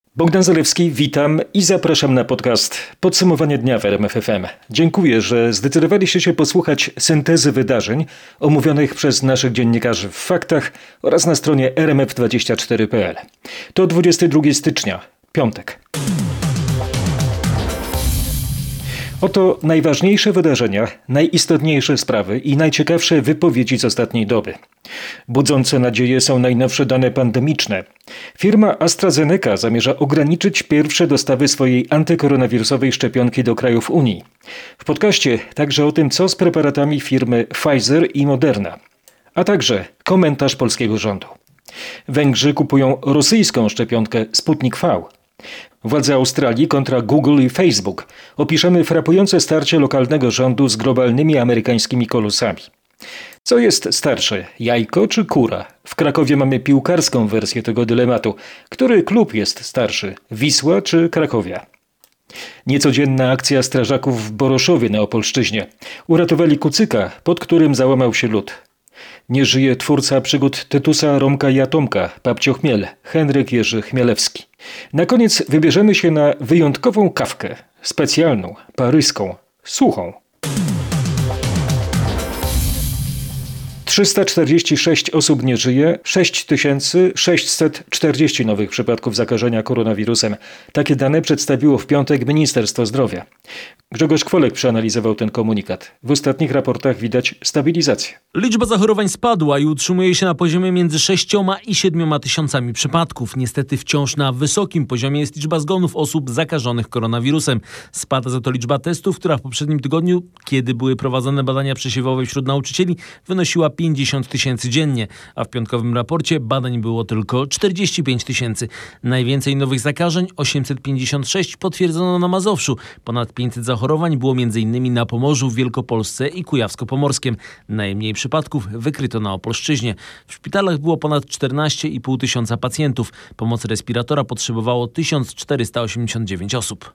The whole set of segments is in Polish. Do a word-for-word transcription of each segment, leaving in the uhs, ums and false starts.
Bogdan Zalewski, witam i zapraszam na podcast Podsumowanie dnia w R M F F M. Dziękuję, że zdecydowaliście się posłuchać syntezy wydarzeń omówionych przez naszych dziennikarzy w Faktach oraz na stronie r m f dwadzieścia cztery kropka p l. To dwudziestego drugiego stycznia, piątek. Oto najważniejsze wydarzenia, najistotniejsze sprawy i najciekawsze wypowiedzi z ostatniej doby. Budzące nadzieję są najnowsze dane pandemiczne. Firma AstraZeneca zamierza ograniczyć pierwsze dostawy swojej antykoronawirusowej szczepionki do krajów Unii. W podcaście także o tym, co z preparatami firmy Pfizer i Moderna. A także komentarz polskiego rządu. Węgrzy kupują rosyjską szczepionkę Sputnik V. Władze Australii kontra Google i Facebook. Opiszemy frapujące starcie lokalnego rządu z globalnymi amerykańskimi kolosami. Co jest starsze, jajko czy kura? W Krakowie mamy piłkarską wersję tego dylematu. Który klub jest starszy, Wisła czy Krakowia? Niecodzienna akcja strażaków w Boroszowie na Opolszczyźnie. Uratowali kucyka, pod którym załamał się lód. Nie żyje twórca przygód Tytusa, Romka i Atomka, Babcio Chmiel, Henryk Jerzy Chmielewski. Na koniec wybierzemy się na wyjątkową kawkę, specjalną, paryską, suchą. trzysta czterdzieści sześć osób nie żyje, sześć tysięcy sześćset czterdzieści nowych przypadków zakażenia koronawirusem. Takie dane przedstawiło w piątek Ministerstwo Zdrowia. Grzegorz Kwolek przeanalizował ten komunikat. W ostatnich raportach widać stabilizację. Liczba zachorowań spadła i utrzymuje się na poziomie między sześcioma i siedmioma tysiącami przypadków. Niestety wciąż na wysokim poziomie jest liczba zgonów osób zakażonych koronawirusem. Spada za to liczba testów, która w poprzednim tygodniu, kiedy były prowadzone badania przesiewowe wśród nauczycieli, wynosiła pięćdziesiąt tysięcy dziennie, a w piątkowym raporcie badań było tylko czterdzieści pięć tysięcy. Najwięcej nowych zakażeń, osiemset pięćdziesiąt sześć, potwierdzono na Mazowszu. Ponad pięćset zachorowań było m.in. na Pomorzu, w Wielkopolsce i Kujawsko-Pomorskiem. Najmniej przypadków wykryto na Opolszczyźnie. W szpitalach było ponad czternaście i pół tysiąca pacjentów. Pomocy respiratora potrzebowało tysiąc czterysta osiemdziesiąt dziewięć osób.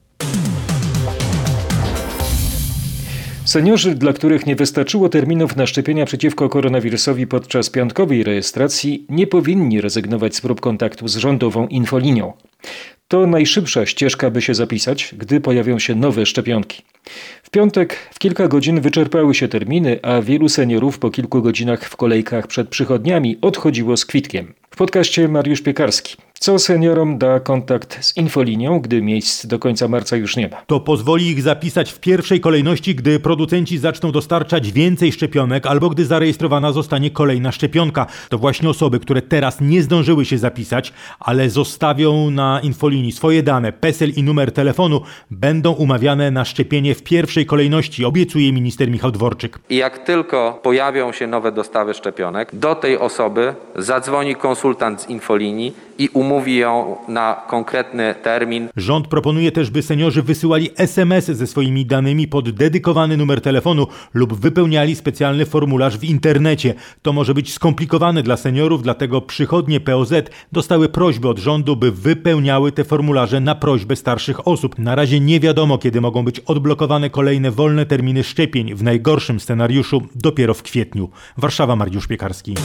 Seniorzy, dla których nie wystarczyło terminów na szczepienia przeciwko koronawirusowi podczas piątkowej rejestracji, nie powinni rezygnować z prób kontaktu z rządową infolinią. To najszybsza ścieżka, by się zapisać, gdy pojawią się nowe szczepionki. W piątek w kilka godzin wyczerpały się terminy, a wielu seniorów po kilku godzinach w kolejkach przed przychodniami odchodziło z kwitkiem. W podcaście Mariusz Piekarski. Co seniorom da kontakt z infolinią, gdy miejsc do końca marca już nie ma? To pozwoli ich zapisać w pierwszej kolejności, gdy producenci zaczną dostarczać więcej szczepionek albo gdy zarejestrowana zostanie kolejna szczepionka. To właśnie osoby, które teraz nie zdążyły się zapisać, ale zostawią na infolinii swoje dane, PESEL i numer telefonu, będą umawiane na szczepienie w pierwszej kolejności, obiecuje minister Michał Dworczyk. I jak tylko pojawią się nowe dostawy szczepionek, do tej osoby zadzwoni konsultant z infolinii i umówi ją na konkretny termin. Rząd proponuje też, by seniorzy wysyłali es em es ze swoimi danymi pod dedykowany numer telefonu lub wypełniali specjalny formularz w internecie. To może być skomplikowane dla seniorów, dlatego przychodnie P O Z dostały prośbę od rządu, by wypełniały te formularze na prośbę starszych osób. Na razie nie wiadomo, kiedy mogą być odblokowane kolejne wolne terminy szczepień. W najgorszym scenariuszu dopiero w kwietniu. Warszawa, Mariusz Piekarski.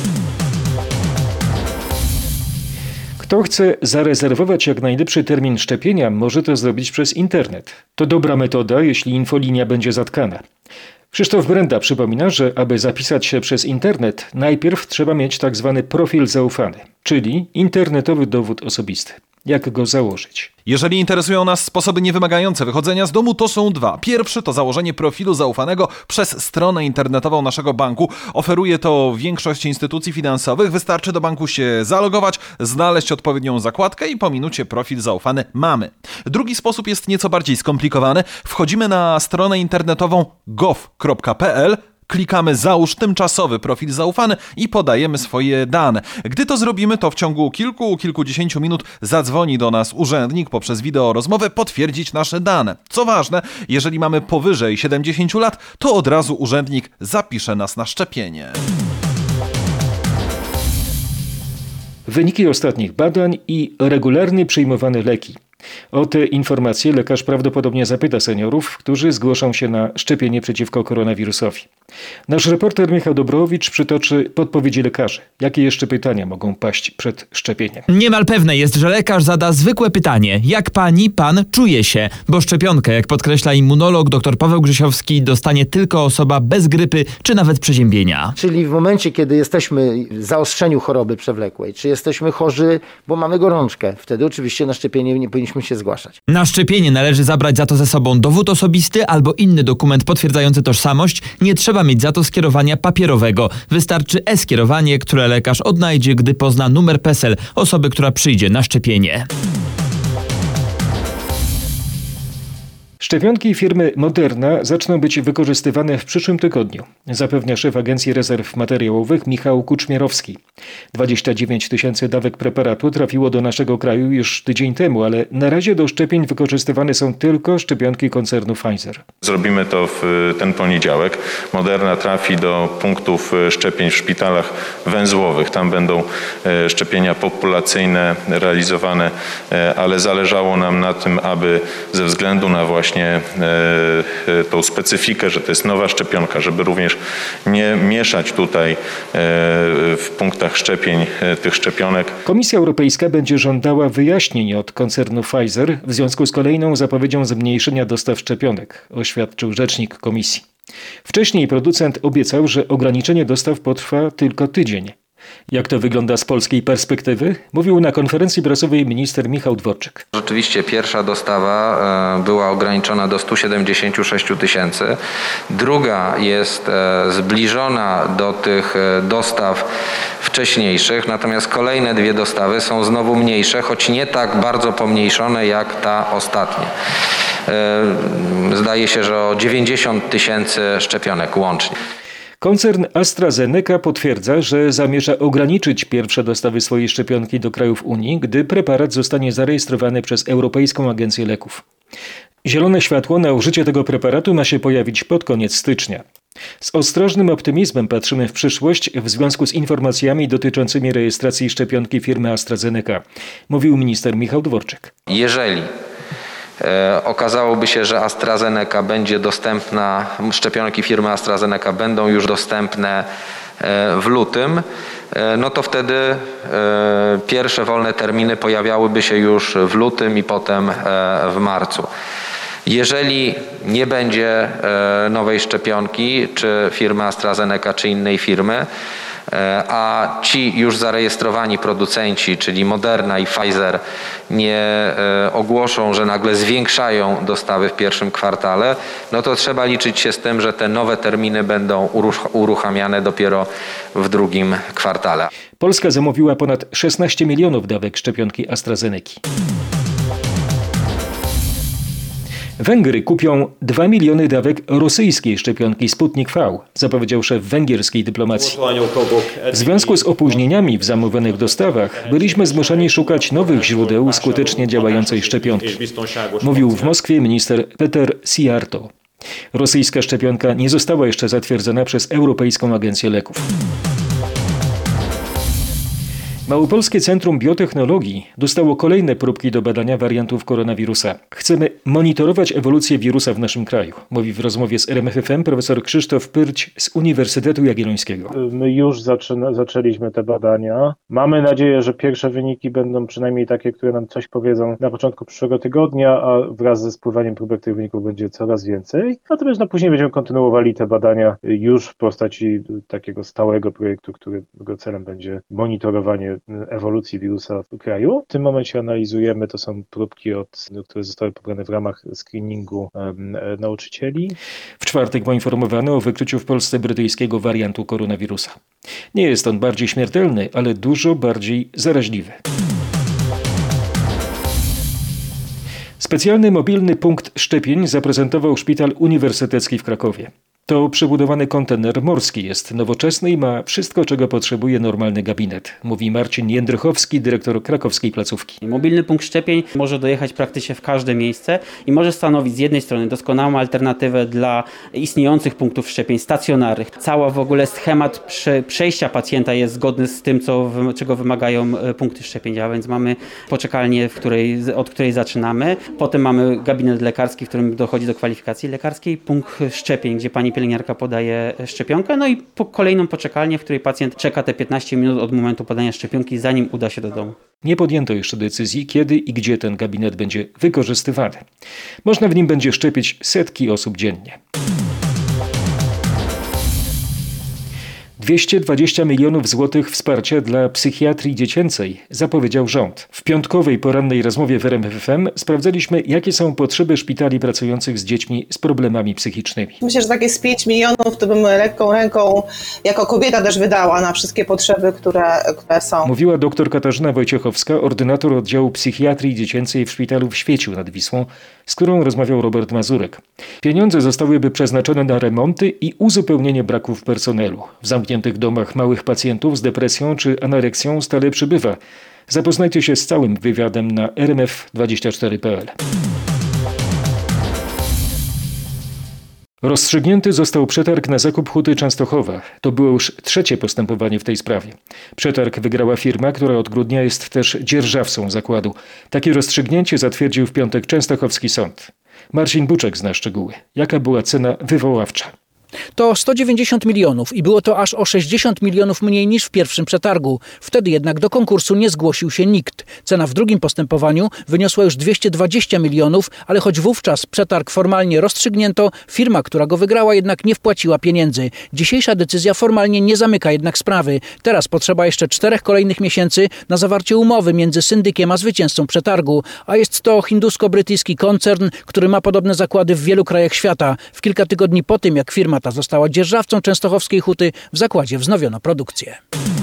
Kto chce zarezerwować jak najlepszy termin szczepienia, może to zrobić przez internet. To dobra metoda, jeśli infolinia będzie zatkana. Krzysztof Brenda przypomina, że aby zapisać się przez internet, najpierw trzeba mieć tak zwany profil zaufany, czyli internetowy dowód osobisty. Jak go założyć? Jeżeli interesują nas sposoby niewymagające wychodzenia z domu, to są dwa. Pierwszy to założenie profilu zaufanego przez stronę internetową naszego banku. Oferuje to większość instytucji finansowych. Wystarczy do banku się zalogować, znaleźć odpowiednią zakładkę i po minucie profil zaufany mamy. Drugi sposób jest nieco bardziej skomplikowany. Wchodzimy na stronę internetową gov kropka p l, klikamy załóż tymczasowy profil zaufany i podajemy swoje dane. Gdy to zrobimy, to w ciągu kilku, kilkudziesięciu minut zadzwoni do nas urzędnik poprzez wideorozmowę potwierdzić nasze dane. Co ważne, jeżeli mamy powyżej siedemdziesięciu lat, to od razu urzędnik zapisze nas na szczepienie. Wyniki ostatnich badań i regularnie przyjmowane leki. O te informacje lekarz prawdopodobnie zapyta seniorów, którzy zgłoszą się na szczepienie przeciwko koronawirusowi. Nasz reporter Michał Dobrowicz przytoczy podpowiedzi lekarzy. Jakie jeszcze pytania mogą paść przed szczepieniem? Niemal pewne jest, że lekarz zada zwykłe pytanie. Jak pani, pan czuje się? Bo szczepionkę, jak podkreśla immunolog dr Paweł Grzesiowski, dostanie tylko osoba bez grypy czy nawet przeziębienia. Czyli w momencie, kiedy jesteśmy w zaostrzeniu choroby przewlekłej, czy jesteśmy chorzy, bo mamy gorączkę, wtedy oczywiście na szczepienie nie powinniśmy się zgłaszać. Na szczepienie należy zabrać za to ze sobą dowód osobisty albo inny dokument potwierdzający tożsamość. Nie trzeba mieć za to skierowania papierowego. Wystarczy e-skierowanie, które lekarz odnajdzie, gdy pozna numer PESEL osoby, która przyjdzie na szczepienie. Szczepionki firmy Moderna zaczną być wykorzystywane w przyszłym tygodniu, zapewnia szef Agencji Rezerw Materiałowych Michał Kuczmierowski. dwadzieścia dziewięć tysięcy dawek preparatu trafiło do naszego kraju już tydzień temu, ale na razie do szczepień wykorzystywane są tylko szczepionki koncernu Pfizer. Zrobimy to w ten poniedziałek. Moderna trafi do punktów szczepień w szpitalach węzłowych. Tam będą szczepienia populacyjne realizowane, ale zależało nam na tym, aby ze względu na właśnie tą specyfikę, że to jest nowa szczepionka, żeby również nie mieszać tutaj w punktach szczepień tych szczepionek. Komisja Europejska będzie żądała wyjaśnień od koncernu Pfizer w związku z kolejną zapowiedzią zmniejszenia dostaw szczepionek, oświadczył rzecznik komisji. Wcześniej producent obiecał, że ograniczenie dostaw potrwa tylko tydzień. Jak to wygląda z polskiej perspektywy? Mówił na konferencji prasowej minister Michał Dworczyk. Rzeczywiście pierwsza dostawa była ograniczona do stu siedemdziesięciu sześciu tysięcy. Druga jest zbliżona do tych dostaw wcześniejszych, natomiast kolejne dwie dostawy są znowu mniejsze, choć nie tak bardzo pomniejszone jak ta ostatnia. Zdaje się, że o dziewięćdziesiąt tysięcy szczepionek łącznie. Koncern AstraZeneca potwierdza, że zamierza ograniczyć pierwsze dostawy swojej szczepionki do krajów Unii, gdy preparat zostanie zarejestrowany przez Europejską Agencję Leków. Zielone światło na użycie tego preparatu ma się pojawić pod koniec stycznia. Z ostrożnym optymizmem patrzymy w przyszłość w związku z informacjami dotyczącymi rejestracji szczepionki firmy AstraZeneca, mówił minister Michał Dworczyk. Jeżeli okazałoby się, że AstraZeneca będzie dostępna, szczepionki firmy AstraZeneca będą już dostępne w lutym, no to wtedy pierwsze wolne terminy pojawiałyby się już w lutym i potem w marcu. Jeżeli nie będzie nowej szczepionki, czy firmy AstraZeneca, czy innej firmy, a ci już zarejestrowani producenci, czyli Moderna i Pfizer, nie ogłoszą, że nagle zwiększają dostawy w pierwszym kwartale, no to trzeba liczyć się z tym, że te nowe terminy będą uruchamiane dopiero w drugim kwartale. Polska zamówiła ponad szesnaście milionów dawek szczepionki AstraZeneki. Węgry kupią dwa miliony dawek rosyjskiej szczepionki Sputnik V, zapowiedział szef węgierskiej dyplomacji. W związku z opóźnieniami w zamówionych dostawach byliśmy zmuszeni szukać nowych źródeł skutecznie działającej szczepionki, mówił w Moskwie minister Peter Sijarto. Rosyjska szczepionka nie została jeszcze zatwierdzona przez Europejską Agencję Leków. Małopolskie Centrum Biotechnologii dostało kolejne próbki do badania wariantów koronawirusa. Chcemy monitorować ewolucję wirusa w naszym kraju, mówi w rozmowie z R M F F M profesor Krzysztof Pyrć z Uniwersytetu Jagiellońskiego. My już zaczyna, zaczęliśmy te badania. Mamy nadzieję, że pierwsze wyniki będą przynajmniej takie, które nam coś powiedzą na początku przyszłego tygodnia, a wraz ze spływaniem próbek tych wyników będzie coraz więcej. Natomiast no, później będziemy kontynuowali te badania już w postaci takiego stałego projektu, którego celem będzie monitorowanie ewolucji wirusa w kraju. W tym momencie analizujemy, to są próbki, od, które zostały pobrane w ramach screeningu um, nauczycieli. W czwartek poinformowano o wykryciu w Polsce brytyjskiego wariantu koronawirusa. Nie jest on bardziej śmiertelny, ale dużo bardziej zaraźliwy. Specjalny mobilny punkt szczepień zaprezentował Szpital Uniwersytecki w Krakowie. To przebudowany kontener morski, jest nowoczesny i ma wszystko, czego potrzebuje normalny gabinet, mówi Marcin Jędrychowski, dyrektor krakowskiej placówki. Mobilny punkt szczepień może dojechać praktycznie w każde miejsce i może stanowić z jednej strony doskonałą alternatywę dla istniejących punktów szczepień stacjonarnych. Cała w ogóle schemat prze, przejścia pacjenta jest zgodny z tym, co, czego wymagają punkty szczepień, a więc mamy poczekalnię, w której, od której zaczynamy, potem mamy gabinet lekarski, w którym dochodzi do kwalifikacji lekarskiej, punkt szczepień, gdzie pani pielęgniarka podaje szczepionkę, no i po kolejną poczekalnię, w której pacjent czeka te piętnaście minut od momentu podania szczepionki, zanim uda się do domu. Nie podjęto jeszcze decyzji, kiedy i gdzie ten gabinet będzie wykorzystywany. Można w nim będzie szczepić setki osób dziennie. dwieście dwadzieścia milionów złotych wsparcia dla psychiatrii dziecięcej zapowiedział rząd. W piątkowej porannej rozmowie w R M F F M sprawdzaliśmy, jakie są potrzeby szpitali pracujących z dziećmi z problemami psychicznymi. Myślę, że takie z pięć milionów to bym lekką ręką jako kobieta też wydała na wszystkie potrzeby, które, które są. Mówiła dr Katarzyna Wojciechowska, ordynator oddziału psychiatrii dziecięcej w szpitalu w Świeciu nad Wisłą, z którą rozmawiał Robert Mazurek. Pieniądze zostałyby przeznaczone na remonty i uzupełnienie braków personelu. W zamkniętych domach małych pacjentów z depresją czy anoreksją stale przybywa. Zapoznajcie się z całym wywiadem na r m f dwadzieścia cztery kropka p l. Rozstrzygnięty został przetarg na zakup Huty Częstochowa. To było już trzecie postępowanie w tej sprawie. Przetarg wygrała firma, która od grudnia jest też dzierżawcą zakładu. Takie rozstrzygnięcie zatwierdził w piątek częstochowski sąd. Marcin Buczek zna szczegóły. Jaka była cena wywoławcza? To sto dziewięćdziesiąt milionów i było to aż o sześćdziesiąt milionów mniej niż w pierwszym przetargu. Wtedy jednak do konkursu nie zgłosił się nikt. Cena w drugim postępowaniu wyniosła już dwieście dwadzieścia milionów, ale choć wówczas przetarg formalnie rozstrzygnięto, firma, która go wygrała, jednak nie wpłaciła pieniędzy. Dzisiejsza decyzja formalnie nie zamyka jednak sprawy. Teraz potrzeba jeszcze czterech kolejnych miesięcy na zawarcie umowy między syndykiem a zwycięzcą przetargu. A jest to hindusko-brytyjski koncern, który ma podobne zakłady w wielu krajach świata. W kilka tygodni po tym, jak firma ta została dzierżawcą częstochowskiej Huty, w zakładzie wznowiono produkcję.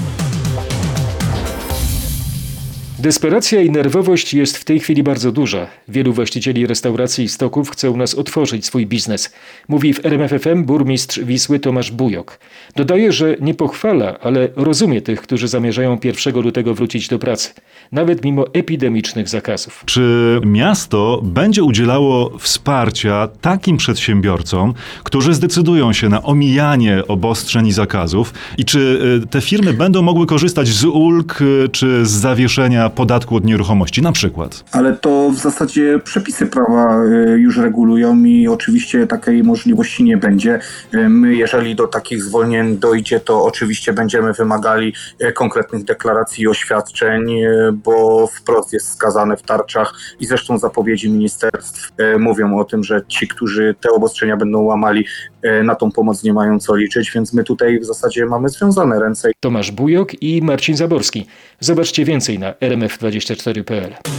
Desperacja i nerwowość jest w tej chwili bardzo duża. Wielu właścicieli restauracji i stoków chce u nas otworzyć swój biznes. Mówi w R M F F M burmistrz Wisły Tomasz Bujok. Dodaje, że nie pochwala, ale rozumie tych, którzy zamierzają pierwszego lutego wrócić do pracy. Nawet mimo epidemicznych zakazów. Czy miasto będzie udzielało wsparcia takim przedsiębiorcom, którzy zdecydują się na omijanie obostrzeń i zakazów? I czy te firmy będą mogły korzystać z ulg czy z zawieszenia podatku od nieruchomości na przykład? Ale to w zasadzie przepisy prawa już regulują i oczywiście takiej możliwości nie będzie. My, jeżeli do takich zwolnień dojdzie, to oczywiście będziemy wymagali konkretnych deklaracji i oświadczeń, bo wprost jest wskazane w tarczach i zresztą zapowiedzi ministerstw mówią o tym, że ci, którzy te obostrzenia będą łamali, na tą pomoc nie mają co liczyć, więc my tutaj w zasadzie mamy związane ręce. Tomasz Bujok i Marcin Zaborski. Zobaczcie więcej na r m f dwadzieścia cztery kropka p l.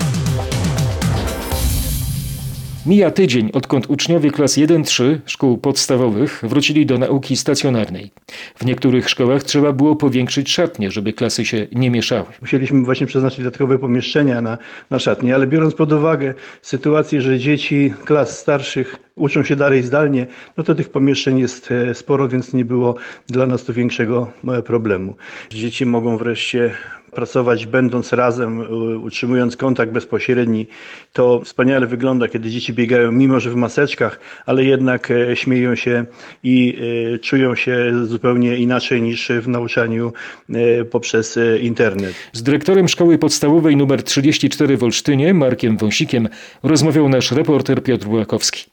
Mija tydzień, odkąd uczniowie klas jeden trzy szkół podstawowych wrócili do nauki stacjonarnej. W niektórych szkołach trzeba było powiększyć szatnie, żeby klasy się nie mieszały. Musieliśmy właśnie przeznaczyć dodatkowe pomieszczenia na, na szatnie, ale biorąc pod uwagę sytuację, że dzieci klas starszych uczą się dalej zdalnie, no to tych pomieszczeń jest sporo, więc nie było dla nas to większego problemu. Dzieci mogą wreszcie pracować będąc razem, utrzymując kontakt bezpośredni. To wspaniale wygląda, kiedy dzieci biegają, mimo że w maseczkach, ale jednak śmieją się i czują się zupełnie inaczej niż w nauczaniu poprzez internet. Z dyrektorem szkoły podstawowej nr trzydzieści cztery w Olsztynie, Markiem Wąsikiem, rozmawiał nasz reporter Piotr Bułakowski.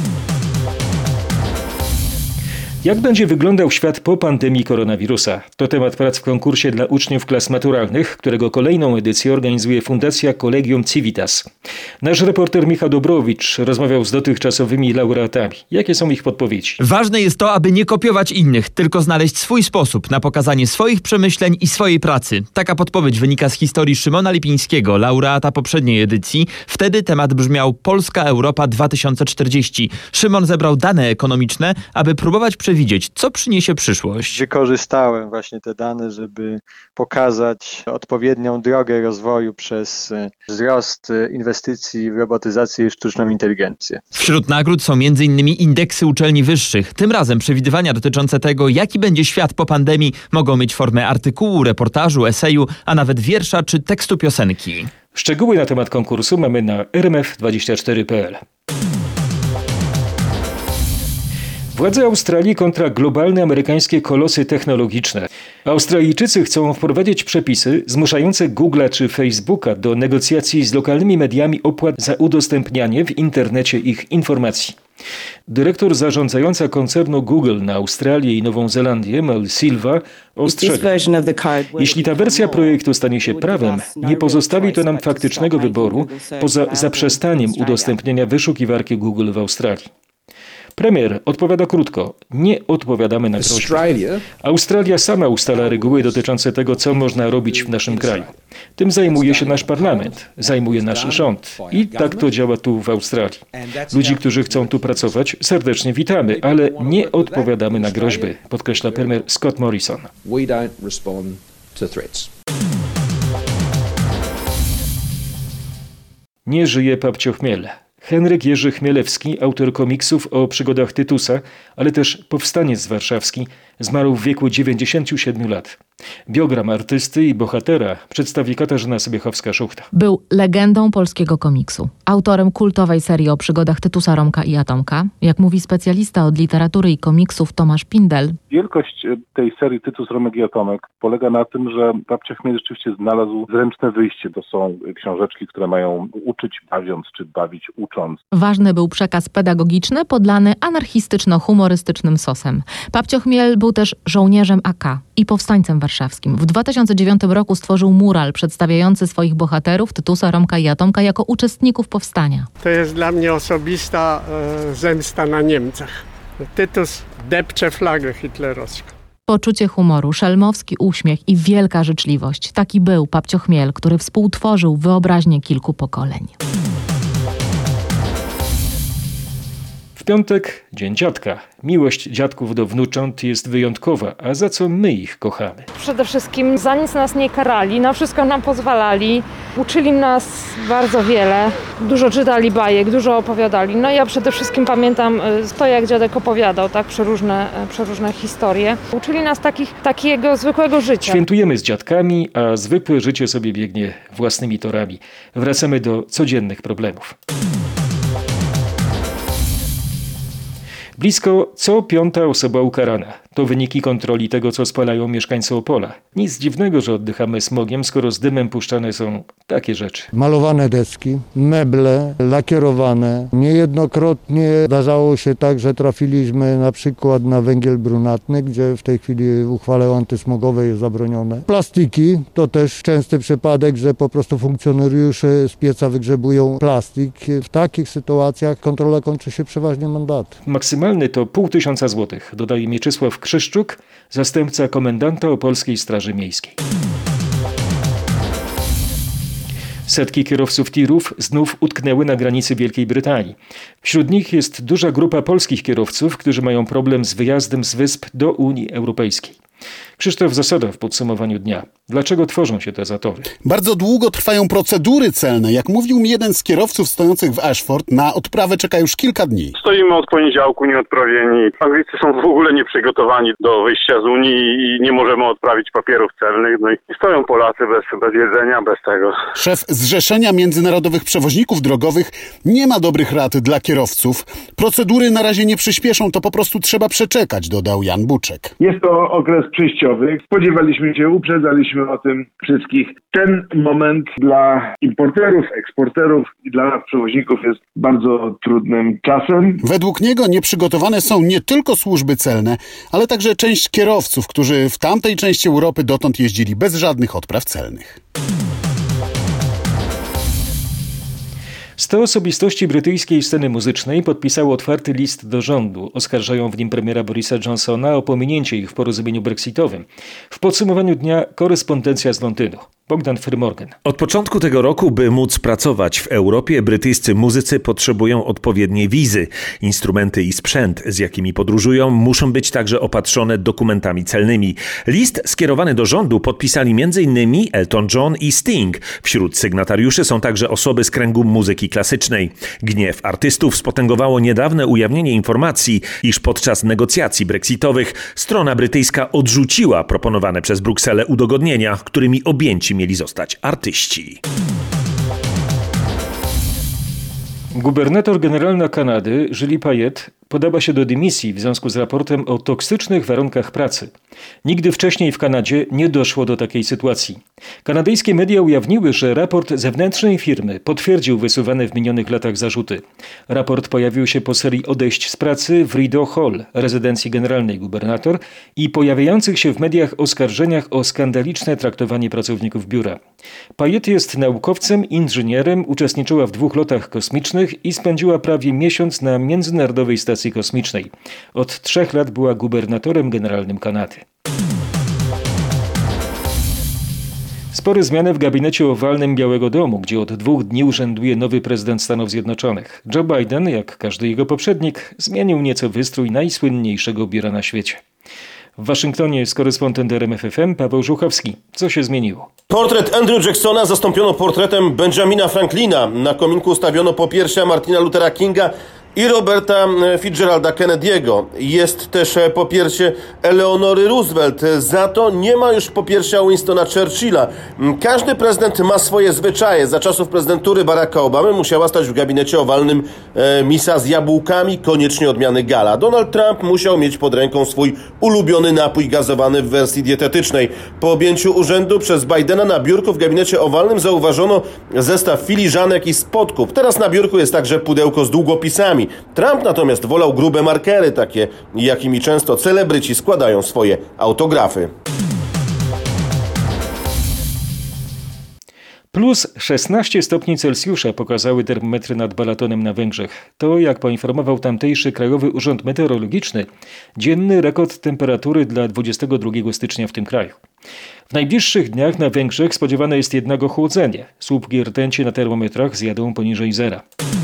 Jak będzie wyglądał świat po pandemii koronawirusa? To temat prac w konkursie dla uczniów klas maturalnych, którego kolejną edycję organizuje Fundacja Collegium Civitas. Nasz reporter Michał Dobrowicz rozmawiał z dotychczasowymi laureatami. Jakie są ich podpowiedzi? Ważne jest to, aby nie kopiować innych, tylko znaleźć swój sposób na pokazanie swoich przemyśleń i swojej pracy. Taka podpowiedź wynika z historii Szymona Lipińskiego, laureata poprzedniej edycji. Wtedy temat brzmiał Polska Europa dwa tysiące czterdzieści. Szymon zebrał dane ekonomiczne, aby próbować przewidzieć przewidzieć, co przyniesie przyszłość. Wykorzystałem właśnie te dane, żeby pokazać odpowiednią drogę rozwoju przez wzrost inwestycji w robotyzację i sztuczną inteligencję. Wśród nagród są między innymi indeksy uczelni wyższych. Tym razem przewidywania dotyczące tego, jaki będzie świat po pandemii, mogą mieć formę artykułu, reportażu, eseju, a nawet wiersza czy tekstu piosenki. Szczegóły na temat konkursu mamy na r m f dwadzieścia cztery kropka p l. Władze Australii kontra globalne amerykańskie kolosy technologiczne. Australijczycy chcą wprowadzić przepisy zmuszające Google'a czy Facebooka do negocjacji z lokalnymi mediami opłat za udostępnianie w internecie ich informacji. Dyrektor zarządzająca koncernu Google na Australię i Nową Zelandię, Mel Silva, ostrzega: jeśli ta wersja projektu stanie się prawem, nie pozostawi to nam faktycznego wyboru poza zaprzestaniem udostępniania wyszukiwarki Google w Australii. Premier odpowiada krótko: nie odpowiadamy na groźby. Australia sama ustala reguły dotyczące tego, co można robić w naszym kraju. Tym zajmuje się nasz parlament, zajmuje nasz rząd. I tak to działa tu w Australii. Ludzi, którzy chcą tu pracować, serdecznie witamy, ale nie odpowiadamy na groźby, podkreśla premier Scott Morrison. Nie żyje papcio Chmiel. Henryk Jerzy Chmielewski, autor komiksów o przygodach Tytusa, ale też powstaniec warszawski, zmarł w wieku dziewięćdziesięciu siedmiu lat. Biogram artysty i bohatera przedstawi Katarzyna Sobiechowska-Szuchta. Był legendą polskiego komiksu, autorem kultowej serii o przygodach Tytusa, Romka i Atomka. Jak mówi specjalista od literatury i komiksów Tomasz Pindel. Wielkość tej serii Tytus, Romek i Atomek polega na tym, że babcia Chmiel rzeczywiście znalazł zręczne wyjście. To są książeczki, które mają uczyć bawiąc, czy bawić ucząc. Ważny był przekaz pedagogiczny podlany anarchistyczno-humorystycznym sosem. Papcio Chmiel był też żołnierzem A K i powstańcem warszawskim. W dwa tysiące dziewiątym roku stworzył mural przedstawiający swoich bohaterów Tytusa, Romka i Atomka jako uczestników powstania. To jest dla mnie osobista e, zemsta na Niemcach. Tytus depcze flagę hitlerowską. Poczucie humoru, szelmowski uśmiech i wielka życzliwość. Taki był Papcio Chmiel, który współtworzył wyobraźnię kilku pokoleń. W piątek Dzień Dziadka. Miłość dziadków do wnucząt jest wyjątkowa, a za co my ich kochamy? Przede wszystkim za nic nas nie karali, na wszystko nam pozwalali. Uczyli nas bardzo wiele, dużo czytali bajek, dużo opowiadali. No ja przede wszystkim pamiętam to, jak dziadek opowiadał, tak, przeróżne, przeróżne historie. Uczyli nas takich, takiego zwykłego życia. Świętujemy z dziadkami, a zwykłe życie sobie biegnie własnymi torami. Wracamy do codziennych problemów. Blisko co piąta osoba ukarana. To wyniki kontroli tego, co spalają mieszkańcy Opola. Nic dziwnego, że oddychamy smogiem, skoro z dymem puszczane są takie rzeczy. Malowane deski, meble, lakierowane. Niejednokrotnie zdarzało się tak, że trafiliśmy na przykład na węgiel brunatny, gdzie w tej chwili w uchwale antysmogowej jest zabronione. Plastiki to też częsty przypadek, że po prostu funkcjonariusze z pieca wygrzebują plastik. W takich sytuacjach kontrola kończy się przeważnie mandatem. Maksymalny to pół tysiąca złotych, dodaje Mieczysław Krzyszczuk, zastępca komendanta Opolskiej Straży Miejskiej. Setki kierowców tirów znów utknęły na granicy Wielkiej Brytanii. Wśród nich jest duża grupa polskich kierowców, którzy mają problem z wyjazdem z wysp do Unii Europejskiej. Krzysztof Zasada w podsumowaniu dnia. Dlaczego tworzą się te zatory? Bardzo długo trwają procedury celne. Jak mówił mi jeden z kierowców stojących w Ashford, na odprawę czeka już kilka dni. Stoimy od poniedziałku nieodprawieni. Anglicy są w ogóle nieprzygotowani do wyjścia z Unii i nie możemy odprawić papierów celnych. No i stoją Polacy bez, bez jedzenia, bez tego. Szef Zrzeszenia Międzynarodowych Przewoźników Drogowych nie ma dobrych rad dla kierowców. Procedury na razie nie przyspieszą, to po prostu trzeba przeczekać, dodał Jan Buczek. Jest to okres przejściowy. Spodziewaliśmy się, uprzedzaliśmy o tym wszystkich. Ten moment dla importerów, eksporterów i dla nas przewoźników jest bardzo trudnym czasem. Według niego nieprzygotowane są nie tylko służby celne, ale także część kierowców, którzy w tamtej części Europy dotąd jeździli bez żadnych odpraw celnych. Sto osobistości brytyjskiej sceny muzycznej podpisało otwarty list do rządu. Oskarżają w nim premiera Borisa Johnsona o pominięcie ich w porozumieniu brexitowym. W podsumowaniu dnia korespondencja z Londynu. Bogdan Frymorgan. Od początku tego roku, by móc pracować w Europie, brytyjscy muzycy potrzebują odpowiedniej wizy. Instrumenty i sprzęt, z jakimi podróżują, muszą być także opatrzone dokumentami celnymi. List skierowany do rządu podpisali m in Elton John i Sting. Wśród sygnatariuszy są także osoby z kręgu muzyki klasycznej. Gniew artystów spotęgowało niedawne ujawnienie informacji, iż podczas negocjacji brexitowych strona brytyjska odrzuciła proponowane przez Brukselę udogodnienia, którymi objęci mieli zostać artyści. Gubernator generalna Kanady, Julie Payette, podała się do dymisji w związku z raportem o toksycznych warunkach pracy. Nigdy wcześniej w Kanadzie nie doszło do takiej sytuacji. Kanadyjskie media ujawniły, że raport zewnętrznej firmy potwierdził wysuwane w minionych latach zarzuty. Raport pojawił się po serii odejść z pracy w Rideau Hall, rezydencji generalnej gubernator, i pojawiających się w mediach oskarżeniach o skandaliczne traktowanie pracowników biura. Payette jest naukowcem, inżynierem, uczestniczyła w dwóch lotach kosmicznych i spędziła prawie miesiąc na Międzynarodowej Stacji Kosmicznej. Od trzech lat była gubernatorem generalnym Kanady. Spore zmiany w gabinecie owalnym Białego Domu, gdzie od dwóch dni urzęduje nowy prezydent Stanów Zjednoczonych. Joe Biden, jak każdy jego poprzednik, zmienił nieco wystrój najsłynniejszego biura na świecie. W Waszyngtonie jest korespondent R M F F M Paweł Żuchowski. Co się zmieniło? Portret Andrew Jacksona zastąpiono portretem Benjamina Franklina. Na kominku ustawiono popiersia Martina Luthera Kinga i Roberta Fitzgeralda Kennedy'ego. Jest też popiersie Eleonory Roosevelt. Za to nie ma już popiersia Winstona Churchilla. Każdy prezydent ma swoje zwyczaje. Za czasów prezydentury Baracka Obamy musiała stać w gabinecie owalnym e, misa z jabłkami, koniecznie odmiany Gala. Donald Trump musiał mieć pod ręką swój ulubiony napój gazowany w wersji dietetycznej. Po objęciu urzędu przez Bidena na biurku w gabinecie owalnym zauważono zestaw filiżanek i spotków. Teraz na biurku jest także pudełko z długopisami. Trump natomiast wolał grube markery, takie jakimi często celebryci składają swoje autografy. Plus szesnaście stopni Celsjusza pokazały termometry nad Balatonem na Węgrzech. To, jak poinformował tamtejszy Krajowy Urząd Meteorologiczny, dzienny rekord temperatury dla dwudziestego drugiego stycznia w tym kraju. W najbliższych dniach na Węgrzech spodziewane jest jednak ochłodzenie. Słupki rtęci na termometrach zjadą poniżej zera.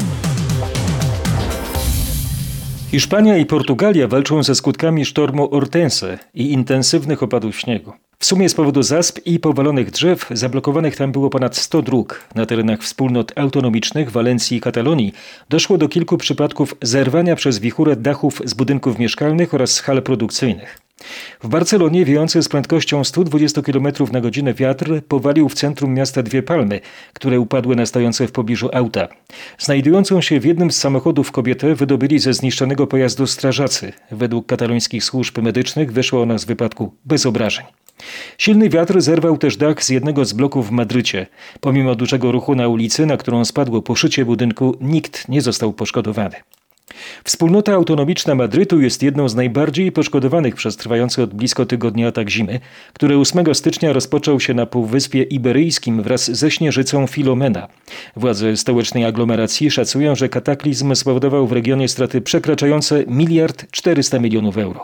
Hiszpania i Portugalia walczą ze skutkami sztormu Hortense i intensywnych opadów śniegu. W sumie z powodu zasp i powalonych drzew zablokowanych tam było ponad sto dróg. Na terenach wspólnot autonomicznych Walencji i Katalonii doszło do kilku przypadków zerwania przez wichurę dachów z budynków mieszkalnych oraz z hal produkcyjnych. W Barcelonie wiejący z prędkością sto dwadzieścia kilometrów na godzinę wiatr powalił w centrum miasta dwie palmy, które upadły na stojące w pobliżu auta. Znajdującą się w jednym z samochodów kobietę wydobyli ze zniszczonego pojazdu strażacy. Według katalońskich służb medycznych wyszła ona z wypadku bez obrażeń. Silny wiatr zerwał też dach z jednego z bloków w Madrycie. Pomimo dużego ruchu na ulicy, na którą spadło poszycie budynku, nikt nie został poszkodowany. Wspólnota autonomiczna Madrytu jest jedną z najbardziej poszkodowanych przez trwający od blisko tygodnia atak zimy, który ósmego stycznia rozpoczął się na Półwyspie Iberyjskim wraz ze śnieżycą Filomena. Władze stołecznej aglomeracji szacują, że kataklizm spowodował w regionie straty przekraczające miliard czterysta milionów euro.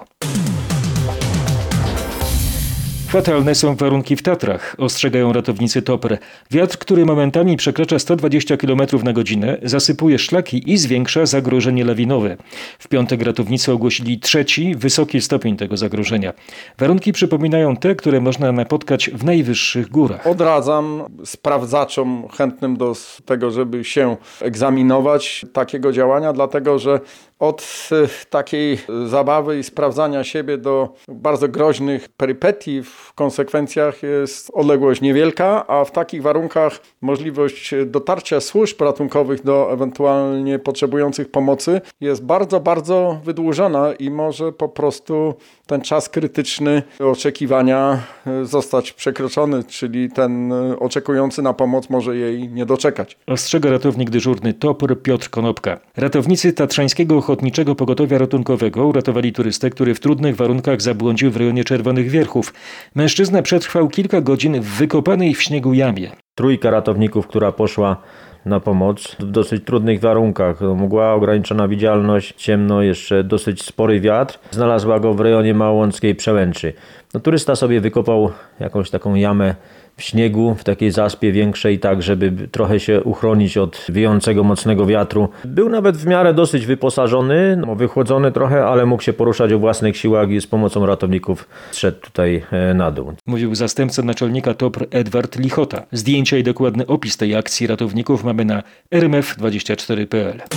Fatalne są warunki w Tatrach, ostrzegają ratownicy T O P R. Wiatr, który momentami przekracza sto dwadzieścia kilometrów na godzinę, zasypuje szlaki i zwiększa zagrożenie lawinowe. W piątek ratownicy ogłosili trzeci, wysoki stopień tego zagrożenia. Warunki przypominają te, które można napotkać w najwyższych górach. Odradzam sprawdzaczom chętnym do tego, żeby się egzaminować takiego działania, dlatego że od takiej zabawy i sprawdzania siebie do bardzo groźnych perypetii w konsekwencjach jest odległość niewielka, a w takich warunkach możliwość dotarcia służb ratunkowych do ewentualnie potrzebujących pomocy jest bardzo, bardzo wydłużona i może po prostu ten czas krytyczny oczekiwania zostać przekroczony, czyli ten oczekujący na pomoc może jej nie doczekać. Ostrzega ratownik dyżurny T O P R Piotr Konopka. Ratownicy Tatrzańskiego Ochotniczego Pogotowia Ratunkowego uratowali turystę, który w trudnych warunkach zabłądził w rejonie Czerwonych Wierchów. Mężczyzna przetrwał kilka godzin w wykopanej w śniegu jamie. Trójka ratowników, która poszła na pomoc w dosyć trudnych warunkach. Mgła, ograniczona widzialność, ciemno, jeszcze dosyć spory wiatr. Znalazła go w rejonie Małąckiej Przełęczy. No, turysta sobie wykopał jakąś taką jamę w śniegu, w takiej zaspie większej, tak żeby trochę się uchronić od wiejącego mocnego wiatru. Był nawet w miarę dosyć wyposażony, no, wychłodzony trochę, ale mógł się poruszać o własnych siłach i z pomocą ratowników zszedł tutaj na dół. Mówił zastępca naczelnika T O P R Edward Lichota. Zdjęcia i dokładny opis tej akcji ratowników mamy na r m f dwadzieścia cztery kropka p l.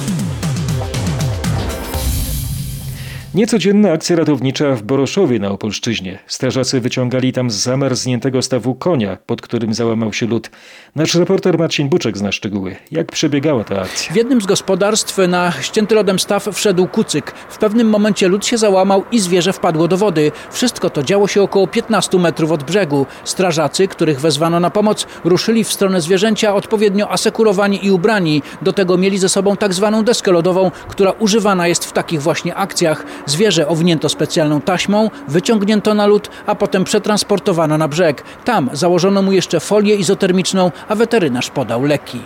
Niecodzienna akcja ratownicza w Boroszowie na Opolszczyźnie. Strażacy wyciągali tam z zamarzniętego stawu konia, pod którym załamał się lód. Nasz reporter Marcin Buczek zna szczegóły. Jak przebiegała ta akcja? W jednym z gospodarstw na ścięty lodem staw wszedł kucyk. W pewnym momencie lód się załamał i zwierzę wpadło do wody. Wszystko to działo się około piętnastu metrów od brzegu. Strażacy, których wezwano na pomoc, ruszyli w stronę zwierzęcia odpowiednio asekurowani i ubrani. Do tego mieli ze sobą tak zwaną deskę lodową, która używana jest w takich właśnie akcjach. Zwierzę owinięto specjalną taśmą, wyciągnięto na lód, a potem przetransportowano na brzeg. Tam założono mu jeszcze folię izotermiczną, a weterynarz podał leki.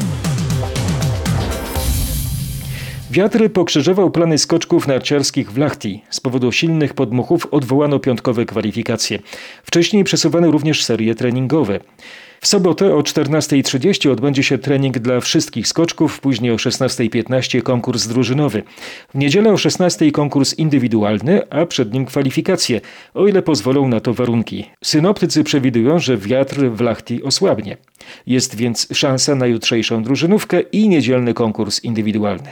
Wiatr pokrzyżował plany skoczków narciarskich w Lahti. Z powodu silnych podmuchów odwołano piątkowe kwalifikacje. Wcześniej przesuwano również serie treningowe. W sobotę o czternastej trzydzieści odbędzie się trening dla wszystkich skoczków, później o szesnastej piętnaście konkurs drużynowy. W niedzielę o szesnastej konkurs indywidualny, a przed nim kwalifikacje, o ile pozwolą na to warunki. Synoptycy przewidują, że wiatr w Lahti osłabnie. Jest więc szansa na jutrzejszą drużynówkę i niedzielny konkurs indywidualny.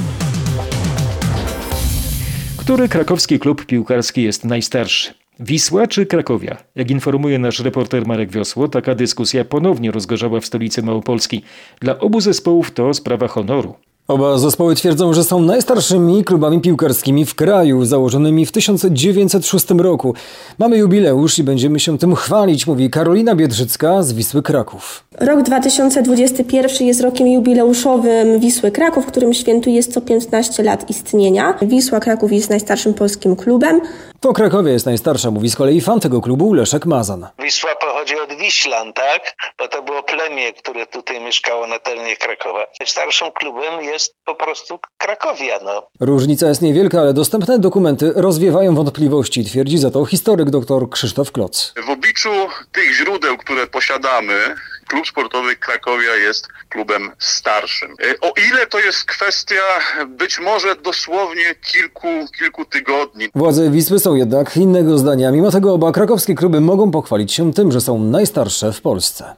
Który krakowski klub piłkarski jest najstarszy? Wisła czy Krakowia? Jak informuje nasz reporter Marek Wiosło, taka dyskusja ponownie rozgorzała w stolicy Małopolski. Dla obu zespołów to sprawa honoru. Oba zespoły twierdzą, że są najstarszymi klubami piłkarskimi w kraju, założonymi w tysiąc dziewięćset szóstym roku. Mamy jubileusz i będziemy się tym chwalić, mówi Karolina Biedrzycka z Wisły Kraków. Rok dwa tysiące dwudziesty pierwszy jest rokiem jubileuszowym Wisły Kraków, w którym świętuje sto piętnaście lat istnienia. Wisła Kraków jest najstarszym polskim klubem. To Krakowie jest najstarsza, mówi z kolei fan tego klubu Leszek Mazan. Wisła pochodzi od Wiślan, tak? Bo to było plemię, które tutaj mieszkało na terenie Krakowa. Starszym klubem jest po prostu Krakowia, no. Różnica jest niewielka, ale dostępne dokumenty rozwiewają wątpliwości, twierdzi za to historyk dr Krzysztof Kloc. W obliczu tych źródeł, które posiadamy, klub sportowy Krakowia jest klubem starszym. O ile to jest kwestia być może dosłownie kilku, kilku tygodni. Władze Wisły są jednak innego zdania. Mimo tego oba krakowskie kluby mogą pochwalić się tym, że są najstarsze w Polsce.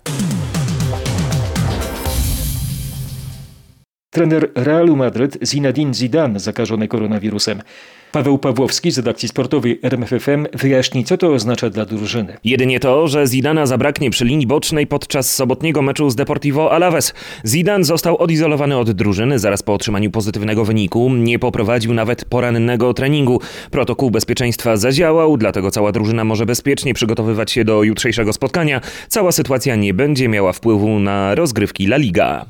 Trener Realu Madryt Zinedine Zidane zakażony koronawirusem. Paweł Pawłowski z redakcji sportowej R M F F M wyjaśni, co to oznacza dla drużyny. Jedynie to, że Zidana zabraknie przy linii bocznej podczas sobotniego meczu z Deportivo Alaves. Zidane został odizolowany od drużyny zaraz po otrzymaniu pozytywnego wyniku. Nie poprowadził nawet porannego treningu. Protokół bezpieczeństwa zadziałał, dlatego cała drużyna może bezpiecznie przygotowywać się do jutrzejszego spotkania. Cała sytuacja nie będzie miała wpływu na rozgrywki La Liga.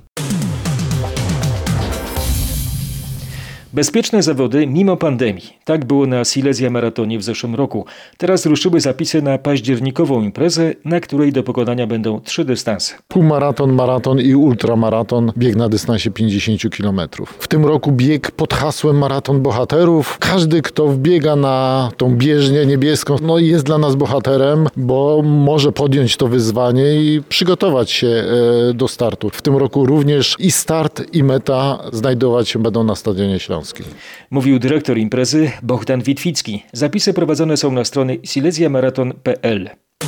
Bezpieczne zawody mimo pandemii. Tak było na Silesia Maratonie w zeszłym roku. Teraz ruszyły zapisy na październikową imprezę, na której do pokonania będą trzy dystanse. Półmaraton, maraton i ultramaraton, bieg na dystansie pięćdziesiąt kilometrów. W tym roku bieg pod hasłem Maraton Bohaterów. Każdy, kto wbiega na tą bieżnię niebieską, no jest dla nas bohaterem, bo może podjąć to wyzwanie i przygotować się do startu. W tym roku również i start, i meta znajdować się będą na Stadionie Śląskim. Mówił dyrektor imprezy Bohdan Witwicki. Zapisy prowadzone są na stronie silesia maraton kropka p l.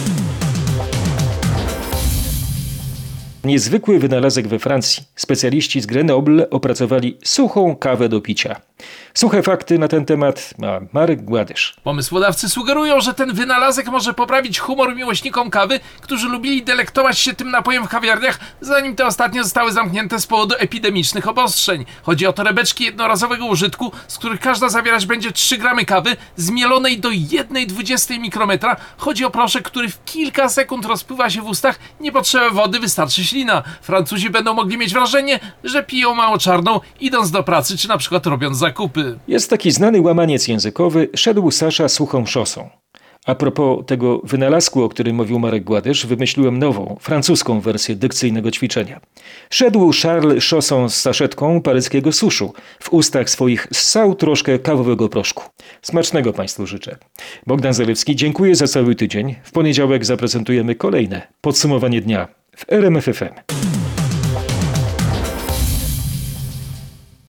Niezwykły wynalazek we Francji. Specjaliści z Grenoble opracowali suchą kawę do picia. Suche fakty na ten temat ma Marek Gładysz. Pomysłodawcy sugerują, że ten wynalazek może poprawić humor miłośnikom kawy, którzy lubili delektować się tym napojem w kawiarniach, zanim te ostatnie zostały zamknięte z powodu epidemicznych obostrzeń. Chodzi o torebeczki jednorazowego użytku, z których każda zawierać będzie trzy gramy kawy, zmielonej do jednej dwudziestej mikrometra. Chodzi o proszek, który w kilka sekund rozpływa się w ustach, nie potrzeba wody, wystarczy ślina. Francuzi będą mogli mieć wrażenie, że piją mało czarną, idąc do pracy, czy na przykład robiąc zakupy. Jest taki znany łamaniec językowy, szedł Sasza suchą szosą. A propos tego wynalazku, o którym mówił Marek Gładysz, wymyśliłem nową, francuską wersję dykcyjnego ćwiczenia. Szedł Charles Chausson z saszetką paryskiego suszu. W ustach swoich ssał troszkę kawowego proszku. Smacznego Państwu życzę. Bogdan Zalewski, dziękuję za cały tydzień. W poniedziałek zaprezentujemy kolejne podsumowanie dnia w R M F F M.